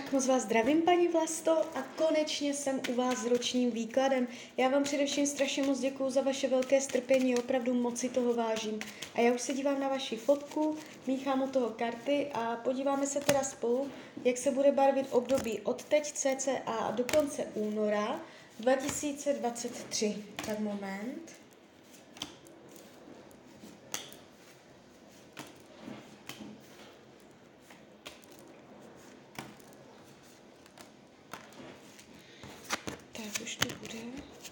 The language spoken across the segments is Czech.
Moc vás zdravím, paní Vlasto, a konečně jsem u vás s ročním výkladem. Já vám především strašně moc děkuju za vaše velké strpení, opravdu moc si toho vážím. A já už se dívám na vaši fotku, míchám u toho karty a podíváme se teda spolu, jak se bude barvit období od teď cca do konce února 2023. Tak moment. Tak už to bude.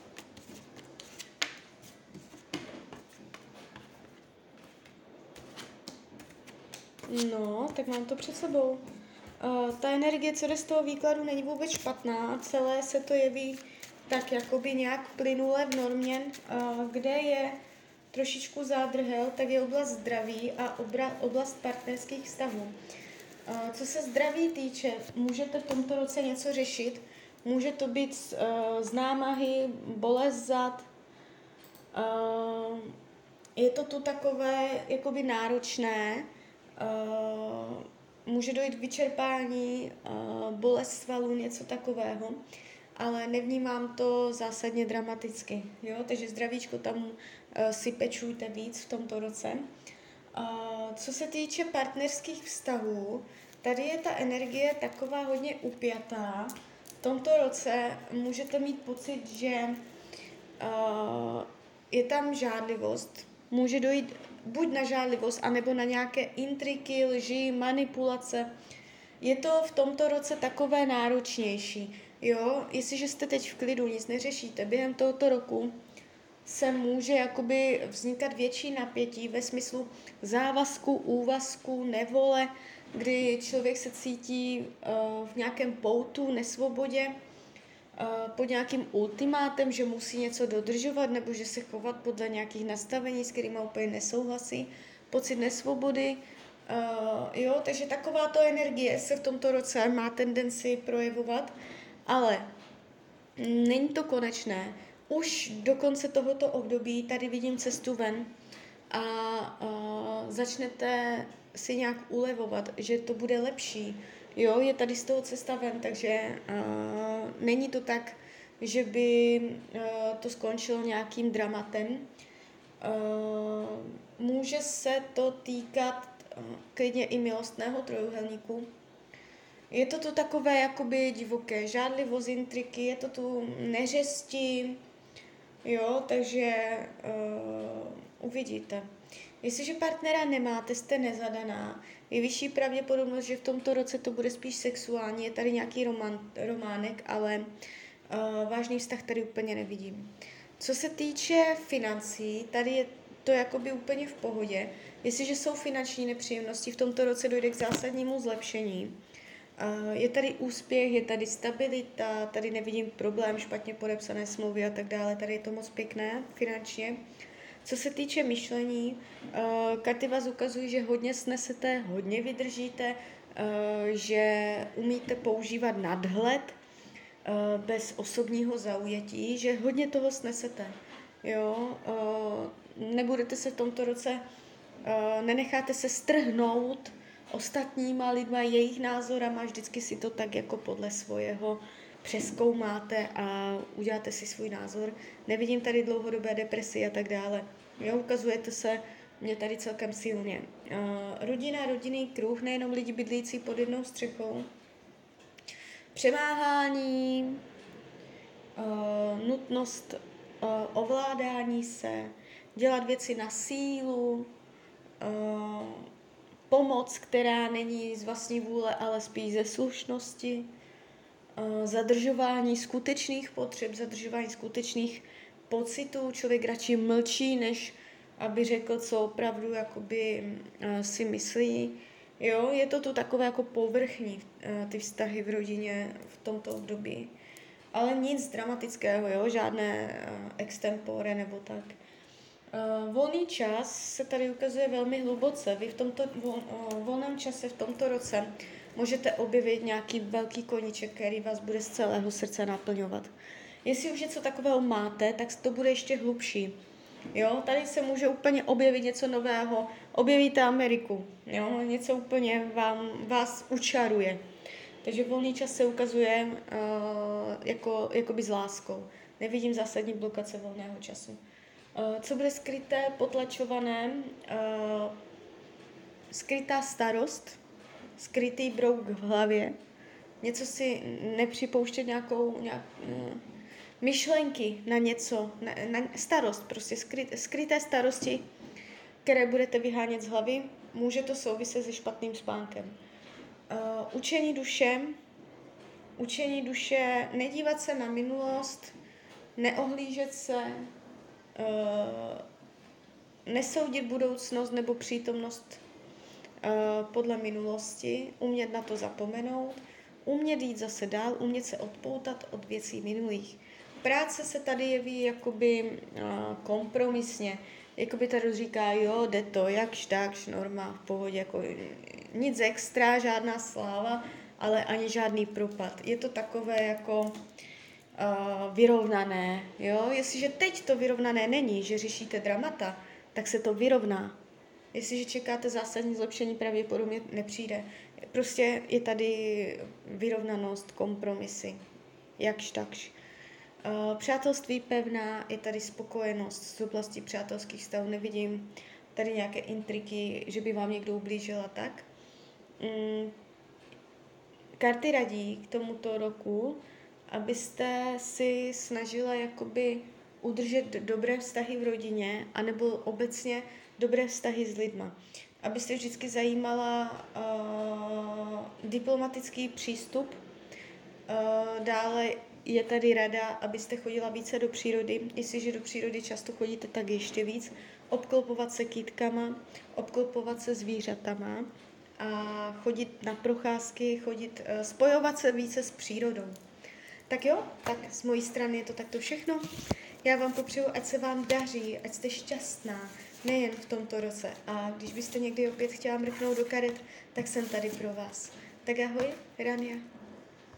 No, tak mám to před sebou. Ta energie, co jde z toho výkladu, není vůbec špatná. Celé se to jeví tak jakoby nějak plynule v normě. Kde je trošičku zádrhel, tak je oblast zdraví a oblast partnerských vztahů. Co se zdraví týče, můžete v tomto roce něco řešit. Může to být z námahy, bolest zad. Je to tu takové jakoby náročné. Může dojít k vyčerpání, bolest svalů, něco takového, ale nevnímám to zásadně dramaticky, jo? Takže zdravíčko tam si pečujte víc v tomto roce. Co se týče partnerských vztahů, tady je ta energie taková hodně upjatá. V tomto roce můžete mít pocit, že je tam žádlivost. Může dojít buď na žádlivost, anebo na nějaké intriky, lži, manipulace. Je to v tomto roce takové náročnější. Jo? Jestliže jste teď v klidu, nic neřešíte, během tohoto roku se může jakoby vznikat větší napětí ve smyslu závazku, úvazku, nevole, kdy člověk se cítí v nějakém poutu, nesvobodě, pod nějakým ultimátem, že musí něco dodržovat nebo že se chovat podle nějakých nastavení, s kterými úplně nesouhlasí, pocit nesvobody. Jo, takže takováto energie se v tomto roce má tendenci projevovat, ale není to konečné. Už do konce tohoto období tady vidím cestu ven a začnete si nějak ulevovat, že to bude lepší. Jo, je tady z toho cesta ven, takže není to tak, že by to skončilo nějakým dramatem. Může se to týkat klidně i milostného trojuhelníku. Je to tu takové jakoby divoké, žádlivost, intriky, je to tu neřesti, jo, takže uvidíte. Jestliže partnera nemáte, jste nezadaná, je vyšší pravděpodobnost, že v tomto roce to bude spíš sexuální, je tady nějaký románek, ale vážný vztah tady úplně nevidím. Co se týče financí, tady je to jakoby úplně v pohodě. Jestliže jsou finanční nepříjemnosti, v tomto roce dojde k zásadnímu zlepšení. Je tady úspěch, je tady stabilita, tady nevidím problém, špatně podepsané smlouvy a tak dále, tady je to moc pěkné finančně. Co se týče myšlení, karty vás ukazují, že hodně snesete, hodně vydržíte, že umíte používat nadhled bez osobního zaujetí, že hodně toho snesete. Jo? Nebudete se v tomto roce, nenecháte se strhnout ostatníma lidma, jejich názorama, vždycky si to tak jako podle svého přezkoumáte a uděláte si svůj názor. Nevidím tady dlouhodobé depresi a tak dále. Jo, ukazujete se mě tady celkem silně. Rodina, rodinný kruh, nejenom lidi bydlící pod jednou střechou. Přemáhání, nutnost ovládání se, dělat věci na sílu, pomoc, která není z vlastní vůle, ale spíš ze slušnosti, zadržování skutečných potřeb, zadržování skutečných pocitů. Člověk radši mlčí, než aby řekl, co opravdu jakoby si myslí. Jo, je to tu takové jako povrchní, ty vztahy v rodině v tomto období. Ale nic dramatického, jo, žádné extempore nebo tak. Volný čas se tady ukazuje velmi hluboce. Vy v tomto volném čase, v tomto roce, můžete objevit nějaký velký koníček, který vás bude z celého srdce naplňovat. Jestli už něco takového máte, tak to bude ještě hlubší. Jo, tady se může úplně objevit něco nového. Objevíte Ameriku, jo, něco úplně vás učaruje. Takže volný čas se ukazuje jakoby s láskou. Nevidím zásadní blokace volného času. Co bude skryté, potlačované, skrytá starost, skrytý brouk v hlavě, něco si nepřipouštět myšlenky na něco, na starost, prostě skryté starosti, které budete vyhánět z hlavy, může to souviset se špatným spánkem. Učení duše, nedívat se na minulost, neohlížet se, nesoudit budoucnost nebo přítomnost podle minulosti, umět na to zapomenout, umět jít zase dál, umět se odpoutat od věcí minulých. Práce se tady jeví jakoby kompromisně, jakoby tady říká, jo, jde to, jakž takž, norma, v pohodě, jako nic extra, žádná sláva, ale ani žádný propad. Je to takové jako vyrovnané, jo. Jestliže teď to vyrovnané není, že řešíte dramata, tak se to vyrovná. Jestliže čekáte zásadní zlepšení, pravděpodobně nepřijde. Prostě je tady vyrovnanost, kompromisy, jakž takž. Přátelství pevná, je tady spokojenost z oblasti přátelských vztahů, nevidím tady nějaké intriky, že by vám někdo ublížil a tak. Karty radí k tomuto roku, abyste si snažila jakoby udržet dobré vztahy v rodině, anebo obecně dobré vztahy s lidma. Abyste vždycky zajímala diplomatický přístup. Dále je tady rada, abyste chodila více do přírody. Jestliže do přírody často chodíte, tak ještě víc. Obklopovat se kytkama, obklopovat se zvířatama a chodit na procházky, spojovat se více s přírodou. Tak jo, tak z mojí strany je to takto všechno. Já vám popřeju, ať se vám daří, ať jste šťastná, nejen v tomto roce. A když byste někdy opět chtěla mrknout do karet, tak jsem tady pro vás. Tak ahoj, Rania.